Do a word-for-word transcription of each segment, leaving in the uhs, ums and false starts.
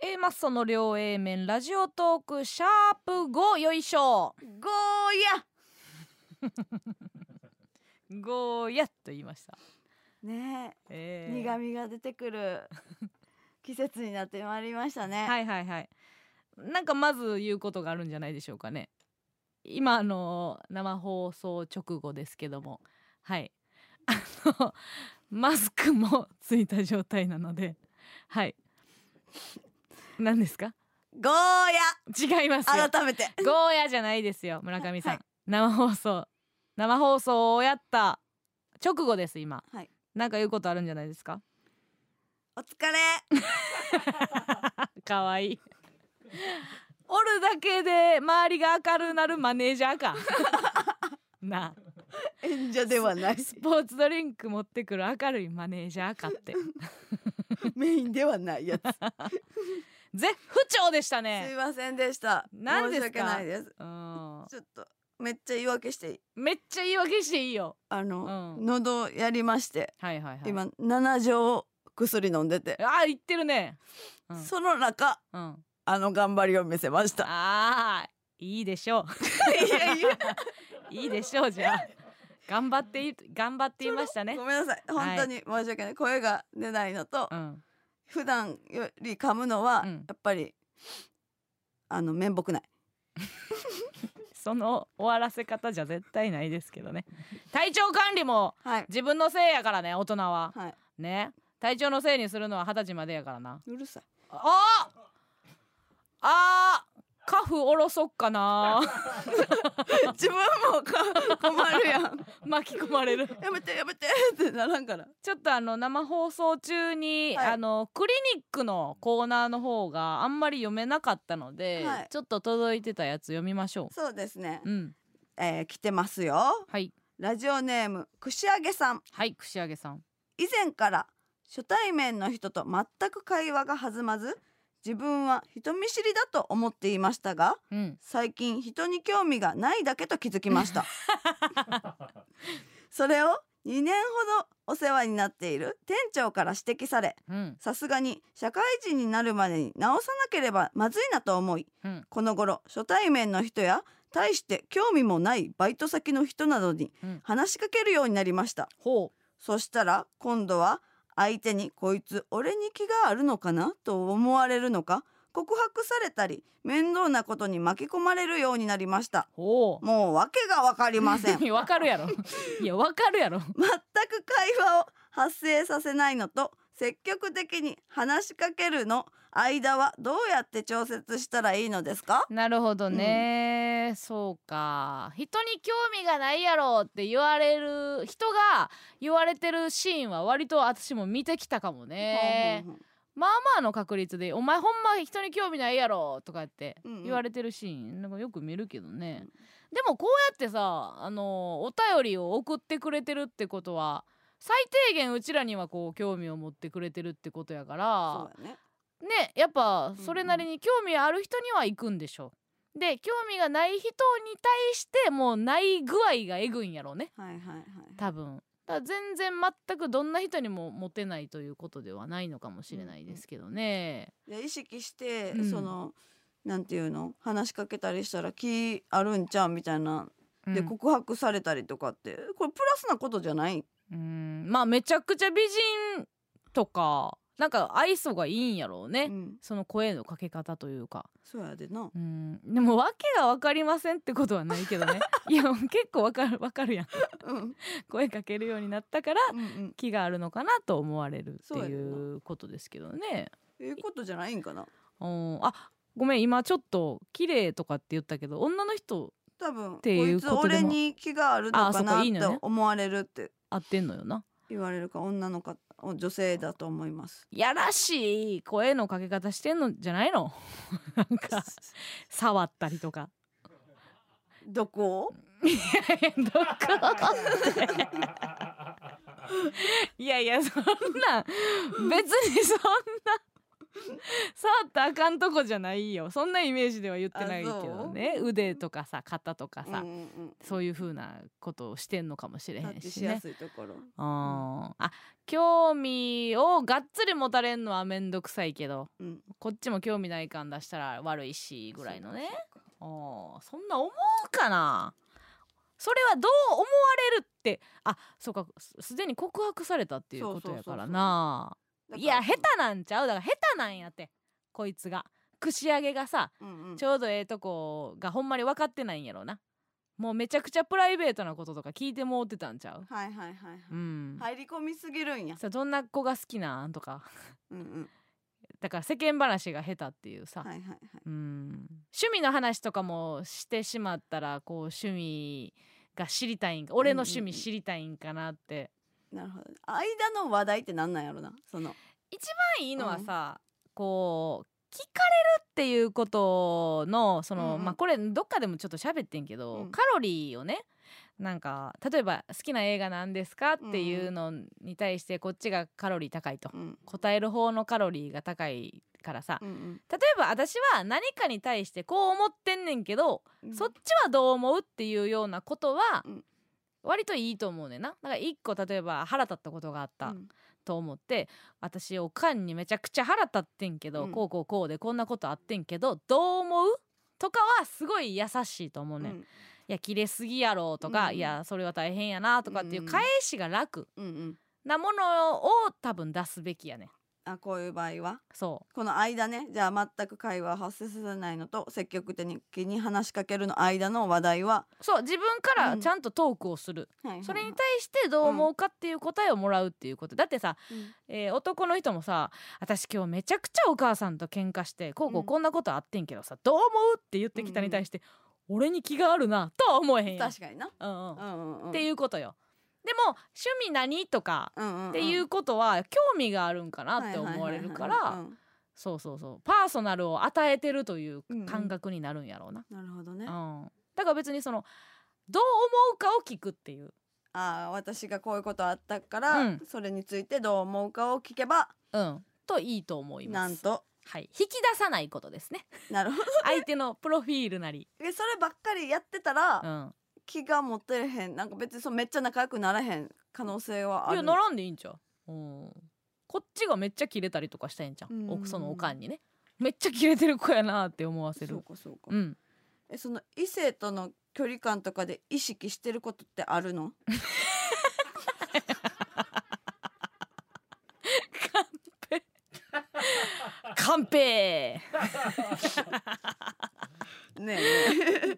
A マッソの両 A 面ラジオトークシャープご、よいしょゴーヤゴーヤと言いましたねえ、 えー、苦味が出てくる季節になってまいりましたね。 はいはいはい。なんかまず言うことがあるんじゃないでしょうかね。今の生放送直後ですけども、はいあのマスクもついた状態なので、はい何ですか。 ゴーヤ違いますよ。 改めてゴーヤじゃないですよ村上さん、 はい、 生放送生放送をやった直後です今、 はい、 なんか言うことあるんじゃないですか。 お疲れかわいいおるだけで周りが明るくなるマネージャーかなあ演者ではないスポーツドリンク持ってくる明るいマネージャーかってメインではないやつ絶不調でしたすいね。 ませんでした。 何ですか。 申し訳ないです。 うんちょっとめっちゃ言い訳していい。 めっちゃ言い訳していいよ。 あの、 うん、 喉やりまして、 はいはいはい、 今なな錠薬飲んでて、 あー言ってるね、うん、 その中、 うん、 あの頑張りを見せました。 あーいいでしょういやいやいいでしょう。じゃあ頑張ってい頑張っていましたね。 ごめんなさい本当に申し訳ない、声が出ないのと、 うん、 普段より噛むのは、 うん、 やっぱりあの面目ないその終わらせ方じゃ絶対ないですけどね。体調管理もはい自分のせいやからね大人は、 はい、 ね体調のせいにするのは二十歳までやからな。 うるさい。 ああカフ下ろそっかな自分もか困るやん巻き込まれるやめてやめてってならんから。 ちょっとあの生放送中に、はい、あのクリニックのコーナーの方があんまり読めなかったので、はい、ちょっと届いてたやつ読みましょう。 そうですね、 うんえー、来てますよ。 はい、 ラジオネーム串揚げさん。 はい、串揚げさん。 以前から初対面の人と全く会話が弾まず、自分は人見知りだと思っていましたが、うん、最近人に興味がないだけと気づきましたそれをにねんほどお世話になっている店長から指摘され、さすがに社会人になるまでに直さなければまずいなと思い、うん、この頃初対面の人や大して興味もないバイト先の人などに話しかけるようになりました、うん、そしたら今度は相手にこいつ俺に気があるのかなと思われるのか、告白されたり面倒なことに巻き込まれるようになりました。もう訳が分かりませんわかるやろいや分かるやろ全く会話を発生させないのと積極的に話しかけるの間はどうやって調節したらいいのですか。 なるほどね、うん、そうか。人に興味がないやろって言われる人が言われてるシーンは割と私も見てきたかもね、うんうんうん、まあまあの確率でお前ほんま人に興味ないやろとかって言われてるシーン、うんうん、なんかよく見るけどね、うん、でもこうやってさあのお便りを送ってくれてるってことは最低限うちらにはこう興味を持ってくれてるってことやから、 そうだね、 ね、やっぱそれなりに興味ある人には行くんでしょう。で興味がない人に対してもうない具合がえぐいんやろうね、はいはいはい、多分だから全然全くどんな人にもモテないということではないのかもしれないですけどね、 うんうん、いや意識して、うん、そのなんていうの話しかけたりしたら気あるんちゃうみたいなで告白されたりとかって、うん、これプラスなことじゃない。 うーんまあめちゃくちゃ美人とかなんか愛想がいいんやろうね、うん、その声のかけ方というか。 そうやでな。 うんでも訳が分かりませんってことはないけどねいや結構分かる分かるやん、うん、声かけるようになったから、うんうん、気があるのかなと思われるっていうことですけどね。 ええことじゃないんかな。 うんあごめん今ちょっと綺麗とかって言ったけど女の人多分こいつ俺に気があるのかなと思われるって合ってんのよな言われるか女の方女性だと思います。 やらしい声のかけ方してんのじゃないのなんか触ったりとか。 どこいやいやどこいやいやそんな別にそんな触ったらあかんとこじゃないよ、そんなイメージでは言ってないけどね。腕とかさ肩とかさ、うんうんうん、そういう風なことをしてんのかもしれへんしね。タッチしやすいところ、うん、あ興味をがっつり持たれんのはめんどくさいけど、うん、こっちも興味ない感出したら悪いしぐらいのね。あそんな思うかな。それはどう思われるって、あそうかすでに告白されたっていうことやからな。いや下手なんちゃう、だから下手なんやって、こいつが串上げがさ、うんうん、ちょうどええとこがほんまに分かってないんやろな。もうめちゃくちゃプライベートなこととか聞いてもうてたんちゃう。 はいはいはい、はい、うん、入り込みすぎるんやさ。どんな子が好きなんとかうん、うん、だから世間話が下手っていうさ、はいはいはい、うん、趣味の話とかもしてしまったらこう趣味が知りたいんか、俺の趣味知りたいんかなって、 うんうんうん、なるほど。間の話題ってなんなんやろな。その一番いいのはさ、うん、こう聞かれるっていうことのその、うんうん、まあこれどっかでもちょっと喋ってんけど、うん、カロリーをね、なんか例えば好きな映画なんですかっていうのに対してこっちがカロリー高いと、うん、答える方のカロリーが高いからさ、うんうん、例えば私は何かに対してこう思ってんねんけど、うん、そっちはどう思うっていうようなことは割といいと思うねんな。だから一個例えば腹立ったことがあった、うんと思って、私おかんにめちゃくちゃ腹立ってんけど、うん、こうこうこうでこんなことあってんけどどう思うとかはすごい優しいと思うねん、うん、いや切れすぎやろとか、うん、いやそれは大変やなとかっていう返しが楽なものを多分出すべきやねん。 あこういう場合はそうこの間ね、じゃあ全く会話を発生させないのと積極的に話しかけるの間の話題はそう自分からちゃんとトークをする、うん、それに対してどう思うかっていう答えをもらうっていうこと、うん、だってさ、うんえー、男の人もさ私今日めちゃくちゃお母さんと喧嘩してこうこうこんなことあってんけどさ、うん、どう思うって言ってきたに対して、うん、俺に気があるなとは思えへんやん。 確かにな、 うんうんうんうん、っていうことよ。でも趣味何とかっていうことは興味があるんかなって思われるからそうそうそうパーソナルを与えてるという感覚になるんやろうな、 うんうん、なるほどね、 うん、だから別にそのどう思うかを聞くっていうあ私がこういうことあったから、うん、それについてどう思うかを聞けばうんといいと思います。 なんとはい、引き出さないことですね。 なるほど、ね、 相手のプロフィールなりそればっかりやってたら、うん気が持ってれへん、なんか別にそめっちゃ仲良くならへん可能性はある。 いやならんでいいんちゃう、うん、こっちがめっちゃキレたりとかしたいんちゃう、うん、そのおかんにねめっちゃキレてる子やなって思わせる。 そうかそうか、うん、えその異性との距離感とかで意識してることってあるの？ カンペねえ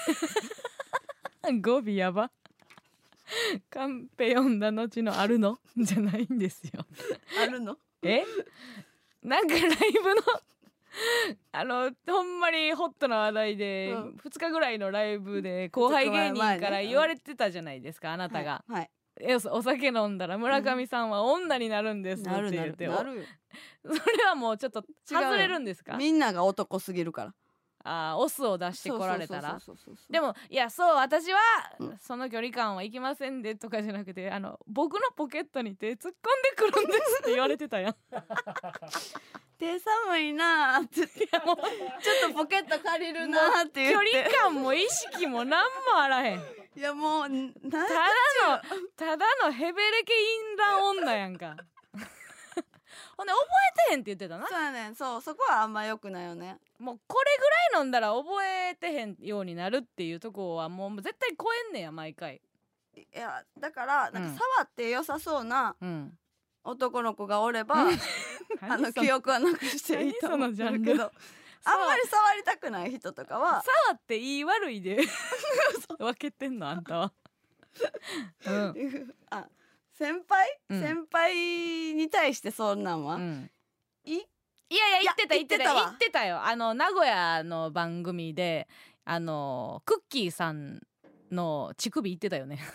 語尾やばカンペ読んだ後のあるのじゃないんですよ。 あるのえなんかライブのあのほんまにホットな話題で、うん、ふつかぐらいのライブで後輩芸人から言われてたじゃないですか、あなたが、 はいはい、 えお酒飲んだら村上さんは女になるんですって言って、うん、なるなるなるよそれはもうちょっと外れるんですか？ みんなが男すぎるからあオスを出してこられたらでもいやそう私は、うん、その距離感はいきませんでとかじゃなくてあの僕のポケットに手突っ込んでくるんですって言われてたやん手寒いなって言っていやもうちょっとポケット借りるなって言って距離感も意識も何もあらへんいやもうただのただのヘベレケ淫乱女やんかほんで覚えてへんって言ってたな。 そうやねんそうそこはあんま良くないよね。 もうこれぐらい飲んだら覚えてへんようになるっていうとこはもう絶対超えんねや毎回。 いやだからなんか触って良さそうな男の子がおれば、うん、あの記憶はなくしていいと思うけどあんまり触りたくない人とかは触っていい悪いで分けてんのあんたは、 うん、あ先輩、うん、先輩に対してそんなんは、うん、いいやいや言ってた言ってた言ってたよ。あの名古屋の番組であのクッキーさんの乳首言ってたよね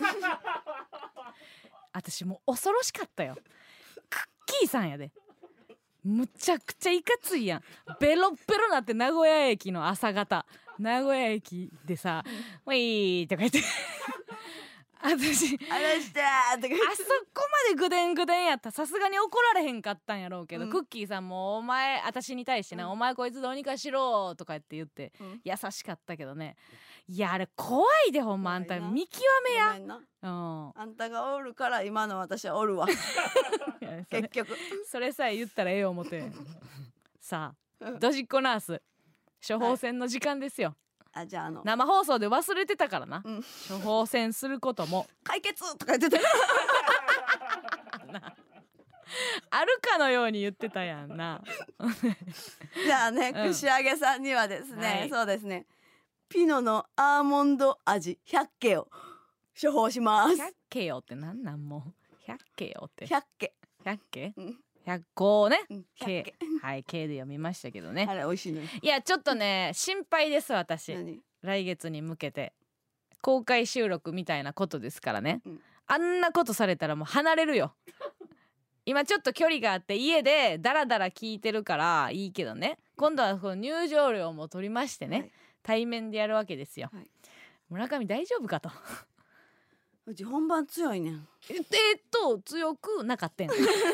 私もう恐ろしかったよ。クッキーさんやでむちゃくちゃいかついやん。ベロベロなって名古屋駅の朝方名古屋駅でさ「ウィー」とか言って私あれしてーとかあそこまでぐでんぐでんやったらさすがに怒られへんかったんやろうけど、 うんクッキーさんもお前私に対してね、 うんお前こいつどうにかしろとかって言って、 うん優しかったけどね。いやあれ怖いでほんま、あんた怖いな見極めや。 ごめんなうんあんたがおるから今の私はおるわいやそれ結局それさえ言ったらええよ思てさあうんドジっ子ナース処方箋の時間ですよ、 あじゃああの生放送で忘れてたからな、 うん処方箋することも解決とか言ってたなあるかのように言ってたやんなじゃあね、 うん串揚げさんにはですね、 はいそうですねピノのアーモンド味ひゃっけを処方しますひゃっけよってなんなんもうひゃっけよってひゃっけひゃっけうんひゃっこをねうんひゃっけけはい K で読みましたけどね。 あれ美味しいのよいやちょっとね心配です私。 何来月に向けて公開収録みたいなことですからね、 うん、 あんなことされたらもう離れるよ今ちょっと距離があって家でダラダラ聞いてるからいいけどね、今度はこの入場料も取りましてね、 はい対面でやるわけですよ、 はい村上大丈夫かとうち本番強いねんえっと強くなかったん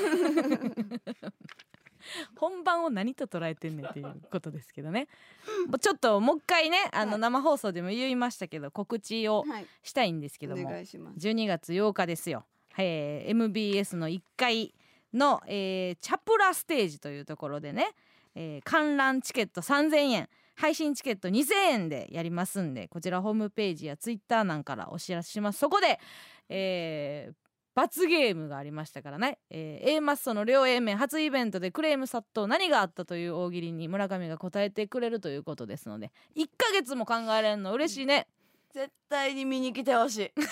本番を何と捉えてんねんっていうことですけどねちょっともう一回ねあのはい生放送でも言いましたけど告知をはいしたいんですけおども、 願いしますじゅうにがつようかですよ、えー、エムビーエス のいっかいの、えー、チャプラステージというところでね、えー、観覧チケットさんぜんえん配信チケットにせんえんでやりますんで、こちらホームページやツイッターなんからお知らせします。そこで、えー、罰ゲームがありましたからね、えー、A マッソの両 A 面初イベントでクレーム殺到何があったという大喜利に村上が答えてくれるということですので、いっかげつも考えられるの嬉しいね。 絶対に見に来てほしいこう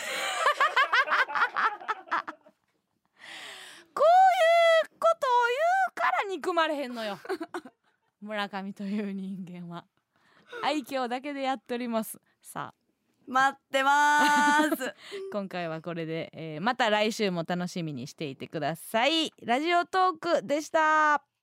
いうことを言うから憎まれへんのよ村上という人間は愛嬌だけでやっております。さあ待ってます今回はこれで、えー、また来週も楽しみにしていてください。ラジオトークでした。